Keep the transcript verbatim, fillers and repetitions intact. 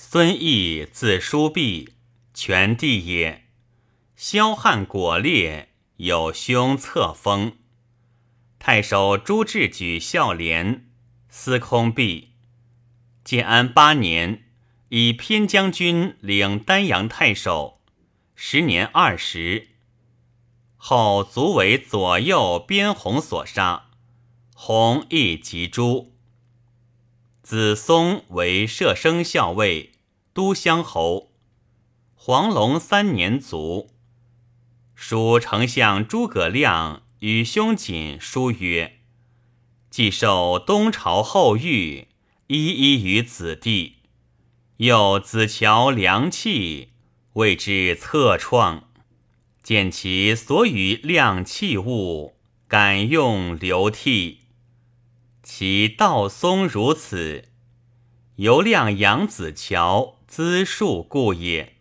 孙毅字叔弼，全弟也。萧汉果烈，有兄册封。太守朱志举孝廉，司空弼。建安八年，以偏将军领丹阳太守，时年二十。后卒为左右边洪所杀，洪亦及诛。子松为摄生校尉、都乡侯。黄龙三年卒。蜀丞相诸葛亮与兄瑾书曰：既受东朝后御，一一于子弟，又子乔良器，谓之策创。见其所与量器物，感用流涕。其道松如此，犹亮养子乔，资数故也。